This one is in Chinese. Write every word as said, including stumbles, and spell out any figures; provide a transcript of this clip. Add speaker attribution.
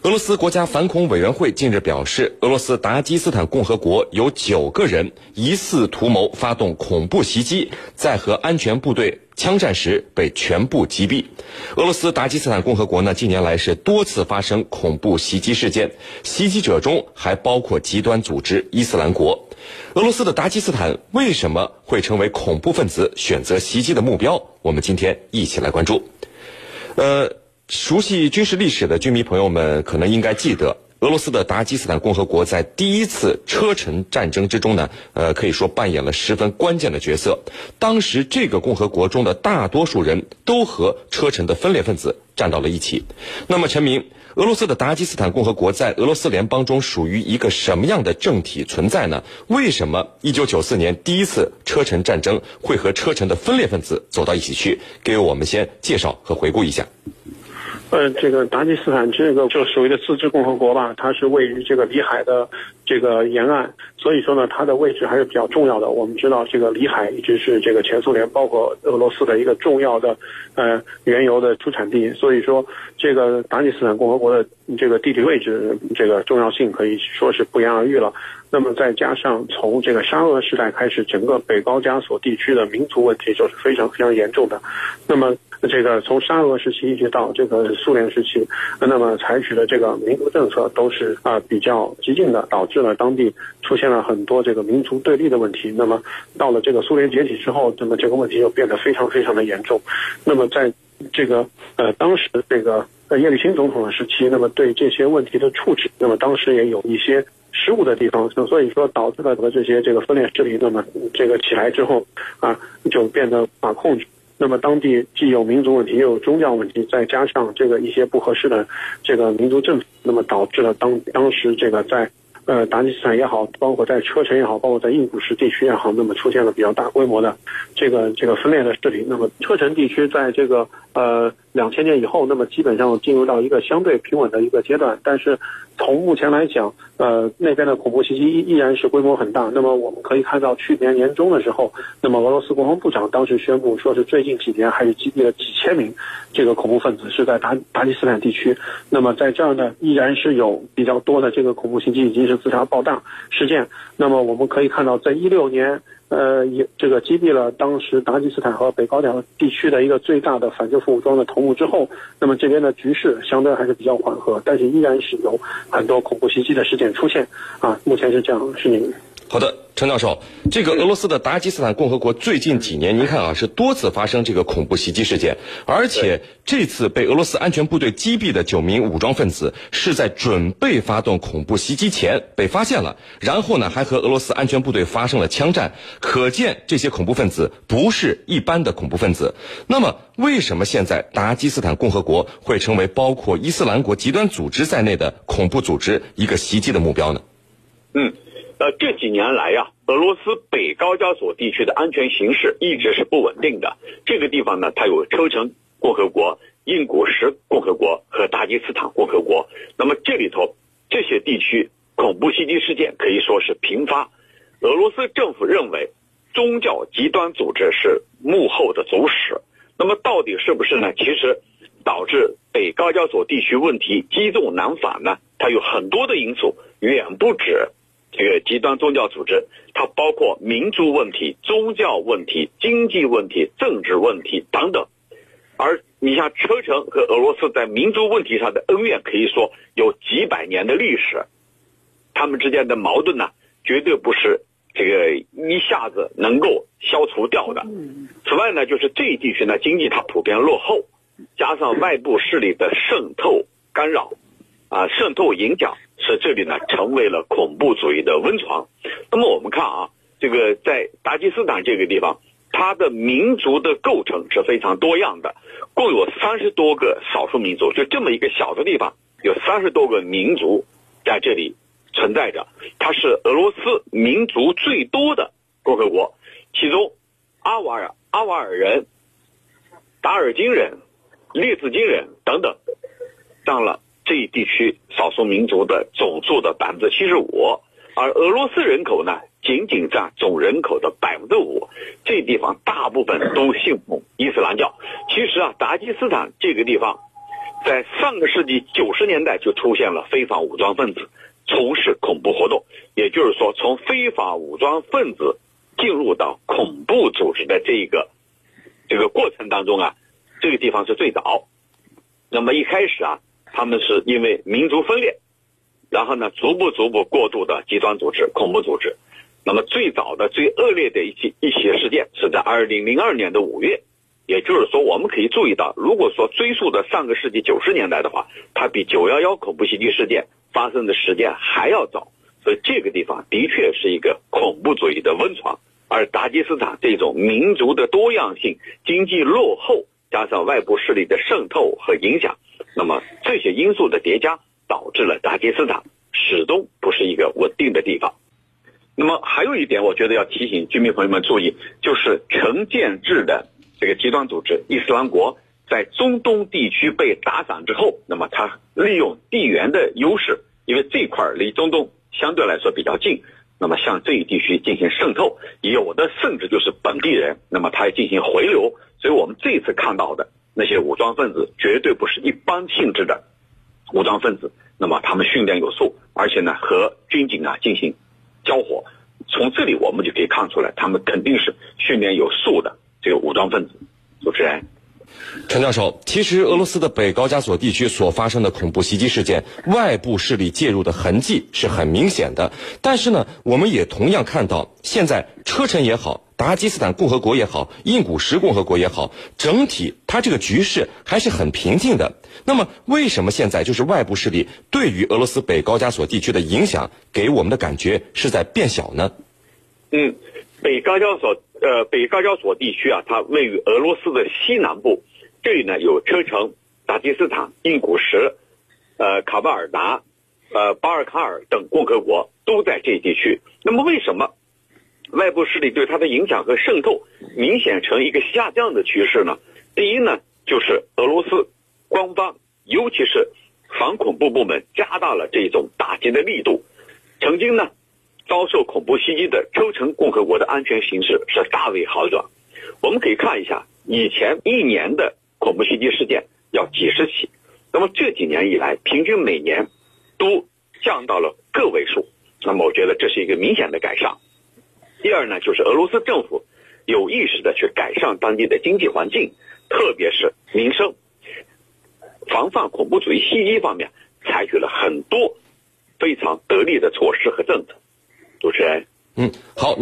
Speaker 1: 俄罗斯国家反恐委员会近日表示，俄罗斯达基斯坦共和国有九个人疑似图谋发动恐怖袭击，在和安全部队枪战时被全部击毙。俄罗斯达基斯坦共和国呢，近年来是多次发生恐怖袭击事件，袭击者中还包括极端组织伊斯兰国。俄罗斯的达基斯坦为什么会成为恐怖分子选择袭击的目标？我们今天一起来关注。呃。熟悉军事历史的军迷朋友们可能应该记得，俄罗斯的达基斯坦共和国在第一次车臣战争之中呢，呃，可以说扮演了十分关键的角色。当时这个共和国中的大多数人都和车臣的分裂分子站到了一起。那么陈明，俄罗斯的达基斯坦共和国在俄罗斯联邦中属于一个什么样的政体存在呢？为什么一九九四年第一次车臣战争会和车臣的分裂分子走到一起去？给我们先介绍和回顾一下。
Speaker 2: 呃，这个达吉斯坦这个就所谓的自治共和国吧，它是位于这个里海的这个沿岸，所以说呢，它的位置还是比较重要的。我们知道，这个里海一直是这个前苏联包括俄罗斯的一个重要的呃原油的出产地，所以说这个达吉斯坦共和国的这个地理位置这个重要性可以说是不言而喻了。那么再加上从这个沙俄时代开始，整个北高加索地区的民族问题就是非常非常严重的。那么这个从沙俄时期一直到这个苏联时期，那么采取的这个民族政策都是啊比较激进的，导致了当地出现了很多这个民族对立的问题。那么到了这个苏联解体之后，那么这个问题就变得非常非常的严重。那么在这个呃当时这个呃叶利钦总统的时期，那么对这些问题的处置，那么当时也有一些失误的地方，所以说导致了这些这个分裂势力，那么这个起来之后啊就变得无法控制。那么当地既有民族问题，又有宗教问题，再加上这个一些不合适的这个民族政府，那么导致了当当时这个在呃达吉斯坦也好，包括在车臣也好，包括在印古什地区也好，那么出现了比较大规模的这个这个分裂的势力。那么车臣地区在这个呃两千年以后，那么基本上进入到一个相对平稳的一个阶段，但是从目前来讲，呃，那边的恐怖袭击依然是规模很大。那么我们可以看到，去年年中的时候，那么俄罗斯国防部长当时宣布说是最近几年还是击毙了几千名这个恐怖分子，是在达达吉斯坦地区。那么在这儿呢，依然是有比较多的这个恐怖袭击以及是自杀爆弹事件。那么我们可以看到，在一六年。呃，也这个击毙了当时达吉斯坦和北高加索地区的一个最大的反政府武装的头目之后，那么这边的局势相对还是比较缓和，但是依然是有很多恐怖袭击的事件出现啊，目前是这样。是您。
Speaker 1: 好的，陈教授，这个俄罗斯的达吉斯坦共和国最近几年，您看啊，是多次发生这个恐怖袭击事件，而且这次被俄罗斯安全部队击毙的九名武装分子是在准备发动恐怖袭击前被发现了，然后呢还和俄罗斯安全部队发生了枪战，可见这些恐怖分子不是一般的恐怖分子。那么为什么现在达吉斯坦共和国会成为包括伊斯兰国极端组织在内的恐怖组织一个袭击的目标呢？
Speaker 3: 嗯。呃，这几年来呀、啊，俄罗斯北高加索地区的安全形势一直是不稳定的。这个地方呢，它有车臣共和国、印古什共和国和达吉斯坦共和国。那么这里头这些地区恐怖袭击事件可以说是频发。俄罗斯政府认为宗教极端组织是幕后的主使。那么到底是不是呢？其实导致北高加索地区问题积重难返呢，它有很多的因素，远不止这个极端宗教组织，它包括民族问题、宗教问题、经济问题、政治问题等等。而你像车臣和俄罗斯在民族问题上的恩怨，可以说有几百年的历史，他们之间的矛盾呢，绝对不是这个一下子能够消除掉的。此外呢，就是这一地区呢，经济它普遍落后，加上外部势力的渗透干扰啊，渗透影响，使这里呢成为了恐怖主义的温床。那么我们看啊，这个在达吉斯坦这个地方，它的民族的构成是非常多样的，共有三十多个少数民族，就这么一个小的地方，有三十多个民族在这里存在着。它是俄罗斯民族最多的共和国，其中阿瓦尔、阿瓦尔人、达尔金人、列兹金人等等占了这一地区少数民族的总数的百分之七十五，而俄罗斯人口呢，仅仅占总人口的百分之五。这地方大部分都信奉伊斯兰教。其实啊，达吉斯坦这个地方， 在上个世纪九十年代就出现了非法武装分子从事恐怖活动，也就是说，从非法武装分子进入到恐怖组织的这个这个过程当中啊，这个地方是最早。那么一开始啊，他们是因为民族分裂，然后呢，逐步逐步过渡的极端组织、恐怖组织。那么最早的、最恶劣的一起一起事件是在二零零二年的五月，也就是说，我们可以注意到，如果说追溯到上个世纪九十年代的话，它比九一一恐怖袭击事件发生的时间还要早，所以这个地方的确是一个恐怖主义的温床。而达吉斯坦这种民族的多样性、经济落后，加上外部势力的渗透和影响，那么这些因素的叠加，导致了达吉斯坦始终不是一个稳定的地方。那么还有一点，我觉得要提醒居民朋友们注意，就是陈建制的这个极端组织伊斯兰国在中东地区被打散之后，那么他利用地缘的优势，因为这块离中东相对来说比较近，那么向这一地区进行渗透，有的甚至就是本地人，那么他也进行回流。所以我们这次看到的那些武装分子绝对不是一般性质的武装分子，那么他们训练有素，而且呢和军警啊进行交火。从这里我们就可以看出来，他们肯定是训练有素的这个武装分子。主持人，
Speaker 1: 陈教授，其实俄罗斯的北高加索地区所发生的恐怖袭击事件，外部势力介入的痕迹是很明显的。但是呢，我们也同样看到，现在车臣也好，达吉斯坦共和国也好，印古什共和国也好，整体它这个局势还是很平静的。那么为什么现在就是外部势力对于俄罗斯北高加索地区的影响给我们的感觉是在变小呢？
Speaker 3: 嗯，北高加索呃北高加索地区啊，它位于俄罗斯的西南部，这里呢有车臣、达吉斯坦、印古什、呃卡巴尔达、呃巴尔喀尔等共和国都在这一地区。那么为什么外部势力对它的影响和渗透明显呈一个下降的趋势呢？第一呢，就是俄罗斯官方尤其是反恐怖部门加大了这种打击的力度。曾经呢遭受恐怖袭击的车臣共和国的安全形势是大为好转。我们可以看一下，以前一年的恐怖袭击事件要几十起，那么这几年以来平均每年都降到了个位数，那么我觉得这是一个明显的改善。第二呢，就是俄罗斯政府有意识的去改善当地的经济环境，特别是民生，防范恐怖主义袭击方面采取了很多非常得力的措施和政策。主持人，
Speaker 1: 嗯，好。